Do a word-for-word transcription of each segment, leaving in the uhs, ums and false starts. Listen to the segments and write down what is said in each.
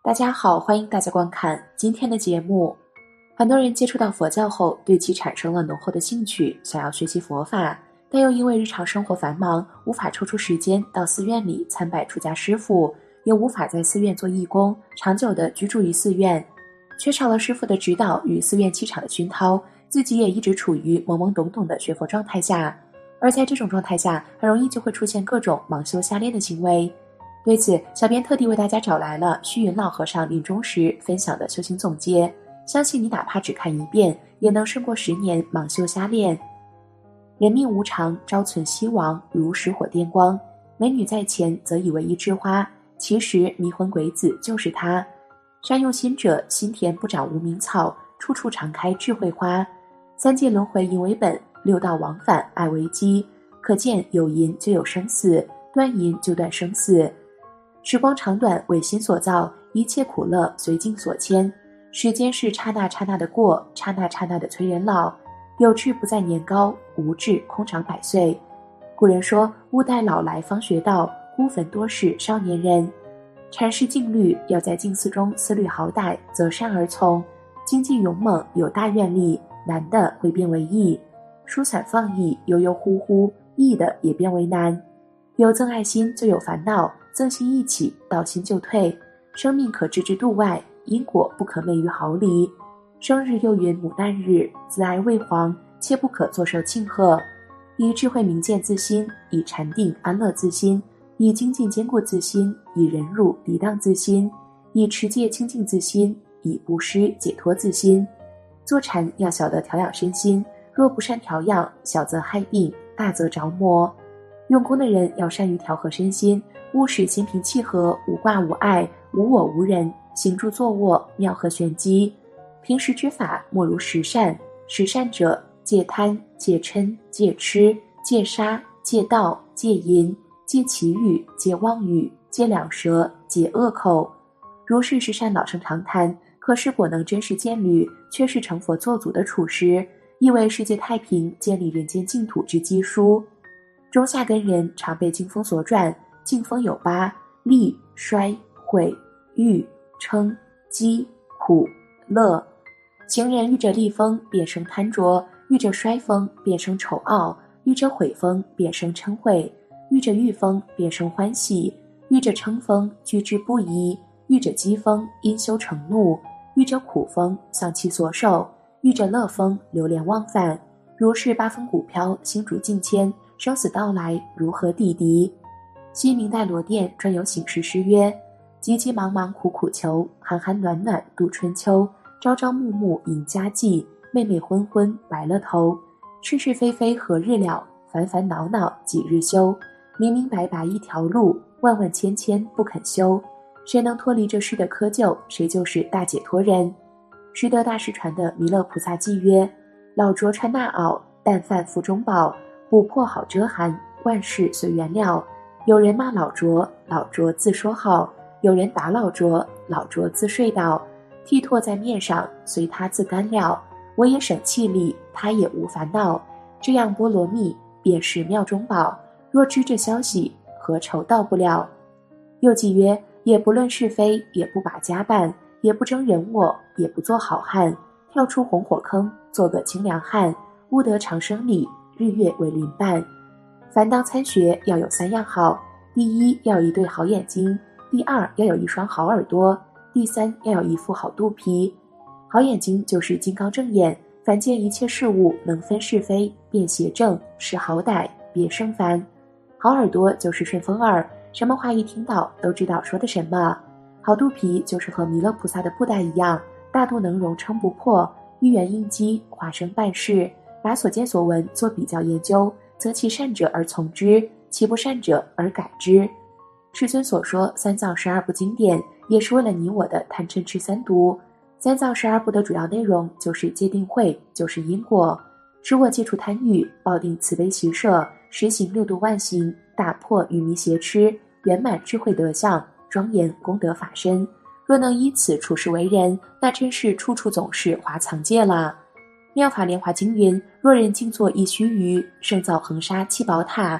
大家好，欢迎大家观看今天的节目。很多人接触到佛教后，对其产生了浓厚的兴趣，想要学习佛法，但又因为日常生活繁忙，无法抽出时间到寺院里参拜出家师父，也无法在寺院做义工，长久地居住于寺院，缺少了师父的指导与寺院气场的熏陶，自己也一直处于懵懵懂懂的学佛状态下。而在这种状态下，很容易就会出现各种盲修瞎练的行为。对此，小编特地为大家找来了虚云老和尚临终时分享的修行总结，相信你哪怕只看一遍，也能胜过十年盲修瞎练。人命无常，朝存夕亡，如石火电光。美女在前，则以为一枝花，其实迷魂鬼子就是他。善用心者，心田不长无名草，处处常开智慧花。三界轮回因为本，六道往返爱为基。可见有因就有生死，断因就断生死。时光长短为心所造，一切苦乐随境所牵。时间是刹那刹那的过，刹那刹那的催人老。有志不在年高，无志空长百岁。古人说，勿待老来方学道，孤坟多是少年人。阐释静虑，要在静思中思虑好歹，择善而从。精进勇猛，有大愿力，难的会变为易；疏散放逸，悠悠忽忽，易的也变为难。有憎爱心就有烦恼，憎心一起，道心就退。生命可置之度外，因果不可昧于毫厘。生日又云牡丹日，自爱未黄，切不可作受庆贺。以智慧明见自心，以禅定安乐自心，以精进坚固自心，以忍辱涤荡自心，以持戒清净自心，以布施解脱自心。坐禅要晓得调养身心，若不善调养，小则害病，大则着魔。用功的人要善于调和身心，务使心平气和，无挂无碍，无我无人，行住坐卧妙合玄机。平时之法莫如十善，十善者戒贪、戒嗔、戒痴、戒杀、戒盗、戒淫、戒绮语、戒妄语、戒两舌、戒恶口。如是十善老生常谈，可是果能真实见履，却是成佛作祖的处实，亦为世界太平、建立人间净土之基书。中下根人常被经风所转，境风有八：利、衰、毁、欲、嗔、饥、苦、乐。行人遇着利风，便生贪着；遇着衰风，便生丑傲；遇着毁风，便生嗔恚；遇着欲风，便生欢喜；遇着嗔风，居之不疑；遇着饥风，因羞成怒；遇着苦风，丧其所受；遇着乐风，流连忘返。如是八风鼓飘，星烛境迁，生死到来，如何抵敌？昔明代罗店专有醒世诗曰：急急忙忙苦苦求，寒寒暖暖度春秋。朝朝暮暮迎佳绩，媚媚昏昏白了头。是是非非何日了？烦烦恼恼几日休？明明白白一条路，万万千千不肯修。谁能脱离这世的窠臼，谁就是大解脱人。识得大师传的弥勒菩萨偈曰：老拙穿那袄，但饭腹中饱，补破好遮寒，万事随缘了。有人骂老拙，老拙自说好；有人打老拙，老拙自睡倒。剔唾在面上，随他自干了。我也省气力，他也无烦恼。这样波罗蜜，便是妙中宝。若知这消息，何愁到不了？又偈曰：也不论是非，也不把家办，也不争人我，也不做好汉。跳出红火坑，做个清凉汉。悟得长生理，日月为邻伴。凡当参学，要有三样好：第一，要有一对好眼睛；第二，要有一双好耳朵；第三，要有一副好肚皮。好眼睛就是金刚正眼，凡见一切事物，能分是非，辨邪正，识好歹，别胜凡。好耳朵就是顺风耳，什么话一听到都知道说的什么。好肚皮就是和弥勒菩萨的布袋一样，大肚能容撑不破，一元应机，化生办事。把所见所闻做比较研究，择其善者而从之，其不善者而改之。世尊所说三藏十二部经典，也是为了你我的贪嗔痴三毒。三藏十二部的主要内容就是戒定慧，就是因果，使我戒除贪欲，抱定慈悲喜舍，实行六度万行，打破愚迷邪痴，圆满智慧德相，庄严功德法身。若能以此处世为人，那真是处处总是华藏戒了。妙法莲华经云：若人静坐一须臾，胜造恒沙七宝塔。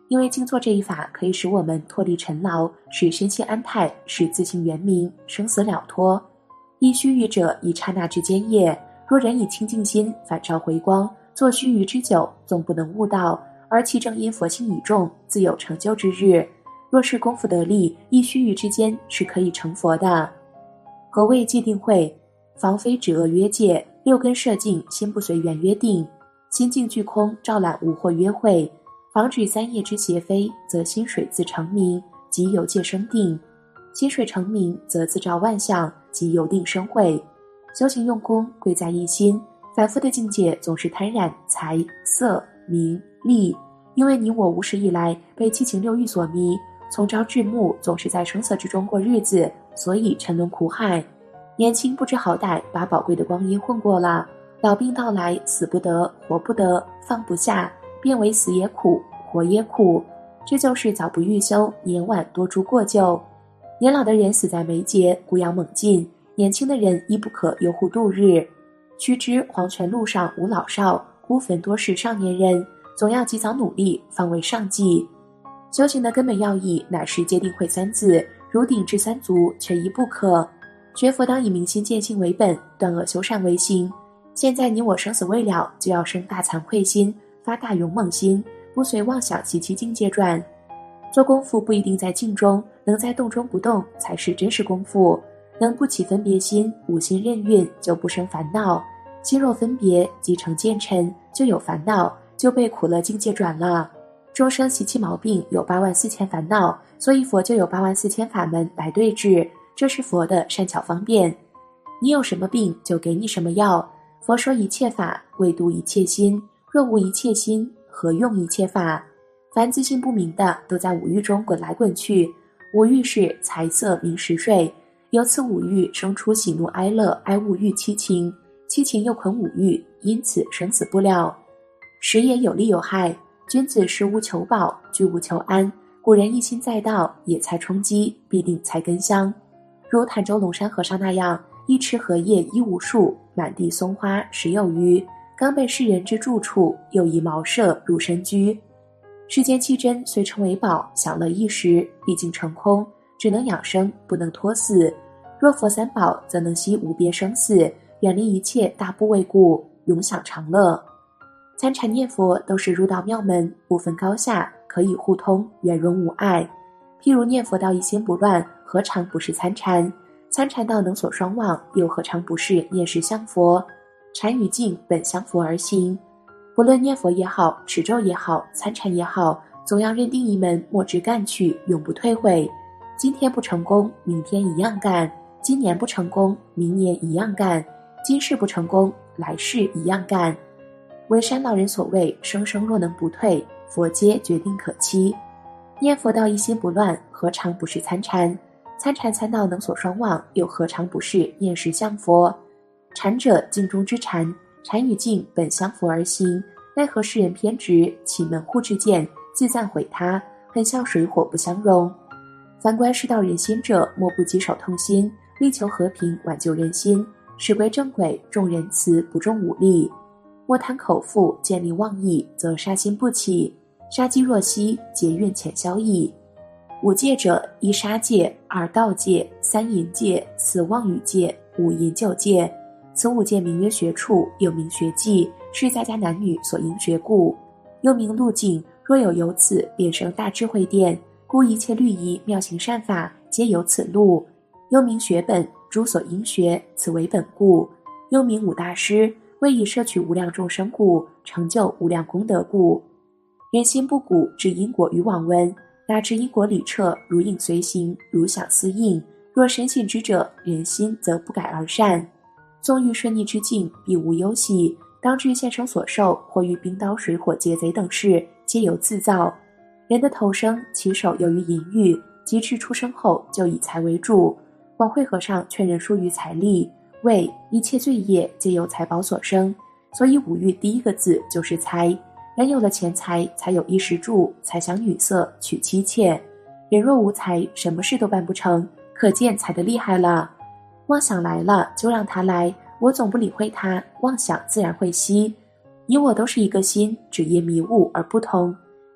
因为静坐这一法可以使我们脱离尘劳，使身心安泰，使自性圆明，生死了脱。依须臾者，以刹那之间也。若人以清净心反照回光，作须臾之久，纵不能悟道，而其正因佛性已重，自有成就之日。若是功夫得力，一须臾之间是可以成佛的。何谓戒定慧？防非止恶约戒，六根摄净，心不随缘约定，心境俱空，照览无惑约会。防止三业之邪非，则心水自成明，即由戒生定；心水成明，则自照万象，即由定生慧。修行用功，贵在一心。凡夫的境界总是贪染财色名利，因为你我无始以来被七情六欲所迷，从朝至暮总是在声色之中过日子，所以沉沦苦海。年轻不知好歹，把宝贵的光阴混过了，老病到来，死不得，活不得，放不下，变为死也苦，活也苦。这就是早不欲修，年晚多诸过咎。年老的人死在眉睫，孤阳猛进；年轻的人亦不可悠忽度日。须知黄泉路上无老少，孤坟多是少年人，总要及早努力，方为上计。修行的根本要义乃是戒定慧三字，如鼎至三足，缺一不可。学佛当以明心见性为本，断恶修善为行。现在你我生死未了，就要生大惭愧心，发大勇猛心，不随妄想习其境界转。做功夫不一定在静中，能在动中不动才是真实功夫。能不起分别心，无心任运，就不生烦恼。心若分别，即成见嗔，就有烦恼，就被苦乐境界转了。众生习气毛病有八万四千烦恼，所以佛就有八万四千法门来对治，这是佛的善巧方便。你有什么病，就给你什么药。佛说一切法，为度一切心。若无一切心，何用一切法？凡自性不明的，都在五欲中滚来滚去。五欲是财色名食睡，由此五欲生出喜怒哀乐、哀恶欲七情，七情又捆五欲，因此生死不了。食也有利有害，君子食无求饱，居无求安。古人一心在道，野菜充饥，必定菜根香。如坦州龙山和尚那样，一池荷叶一无数，满地松花十有余，刚被世人之住处，又以茅舍入深居。世间七珍虽称为宝，享乐一时，毕竟成空，只能养生，不能托死。若佛三宝，则能息无边生死，远离一切大部位故，永享长乐。参禅念佛都是入道妙门，不分高下，可以互通，圆融无碍。譬如念佛道一心不乱，何尝不是参禅？参禅道能所双忘，又何尝不是念实相佛？禅与静本相佛而行。不论念佛也好，持咒也好，参禅也好，总要认定一门，莫之干去，永不退悔。今天不成功，明天一样干；今年不成功，明年一样干；今世不成功，来世一样干。文山老人所谓生生若能不退，佛皆决定可期。念佛道一心不乱，何尝不是参禅？参禅参道能所双忘，又何尝不是念实相佛？禅者静中之禅，禅与静本相佛而行，奈何世人偏执，起门户之见，自赞毁他，很像水火不相容。凡观世道人心者，莫不棘手痛心，力求和平，挽救人心，使归正轨，重仁慈，不重武力。莫贪口腹，见利忘义，则杀心不起。杀机若息，劫运浅消矣。五戒者，一杀戒，二盗戒，三淫戒，四妄语戒，五饮酒戒。此五戒名曰学处，又名学技，是在家男女所应学故，又名路径。若有由此，便生大智慧殿，故一切律仪妙行善法，皆由此路。又名学本，诸所应学，此为本故。又名五大师，为以摄取无量众生故，成就无量功德故。人心不古，知因果与往闻，哪知因果理彻，如影随形，如想似应。若深信之者，人心则不改而善。纵欲顺逆之境，必无忧喜。当知现生所受，或遇冰刀水火劫贼等事，皆由自造。人的投生起手由于淫欲，及至出生后就以财为主。广慧和尚劝人疏于财力，谓一切罪业皆由财宝所生，所以五欲第一个字就是财。人有了钱财，才有衣食住，才享女色，娶妻妾。人若无财，什么事都办不成，可见财的厉害了。妄想来了，就让它来，我总不理会它，妄想自然会息。你我都是一个心，只因迷雾而不同。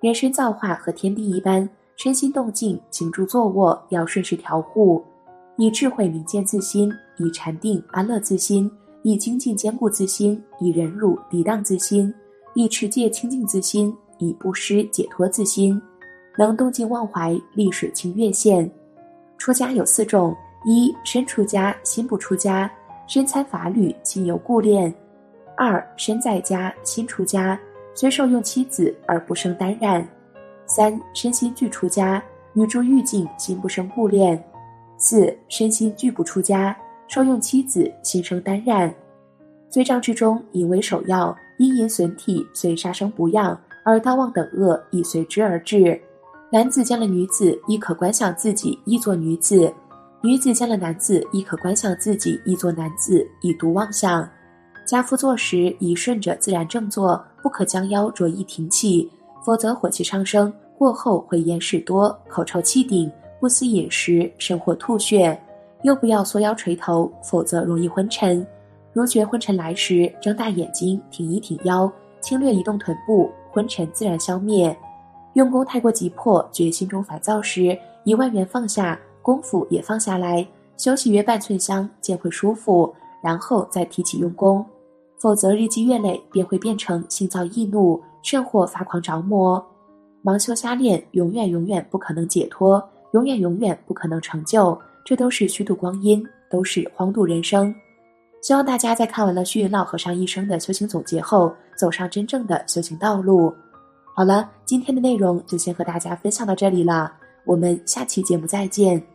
人身造化和天地一般，身心动静、行住坐卧要顺势调护，以智慧明见自心，以禅定安乐自心，以精进坚固自心，以忍辱涤荡自心，以持戒清净自心，以布施解脱自心，能动静忘怀，立水清月现。出家有四种：一、身出家，心不出家，身参法侣，心有故恋；二、身在家，心出家，虽受用妻子而不生担染；三、身心俱出家，与诸欲境，心不生故恋；四、身心俱不出家，受用妻子，心生担染。罪障之中，淫为首要，因淫损体，虽杀生不养，而盗妄等恶亦随之而至。男子见了女子，亦可观想自己亦作女子；女子见了男子，亦可观想自己亦作男子，以独妄想。家夫坐时，宜顺着自然正坐，不可将腰着意挺起，否则火气上升，过后会咽屎多，口臭气顶，不思饮食，甚或吐血。又不要缩腰垂头，否则容易昏沉。如觉昏沉来时，睁大眼睛，挺一挺腰，轻略移动臀部，昏沉自然消灭。用功太过急迫，觉心中烦躁时，以万缘放下，功夫也放下来，休息约半寸香，见会舒服，然后再提起用功。否则日积月累，便会变成心躁易怒，甚或发狂着魔。盲修瞎练，永远永远不可能解脱，永远永远不可能成就，这都是虚度光阴，都是荒度人生。希望大家在看完了虚云老和尚一生的修行总结后，走上真正的修行道路。好了，今天的内容就先和大家分享到这里了，我们下期节目再见。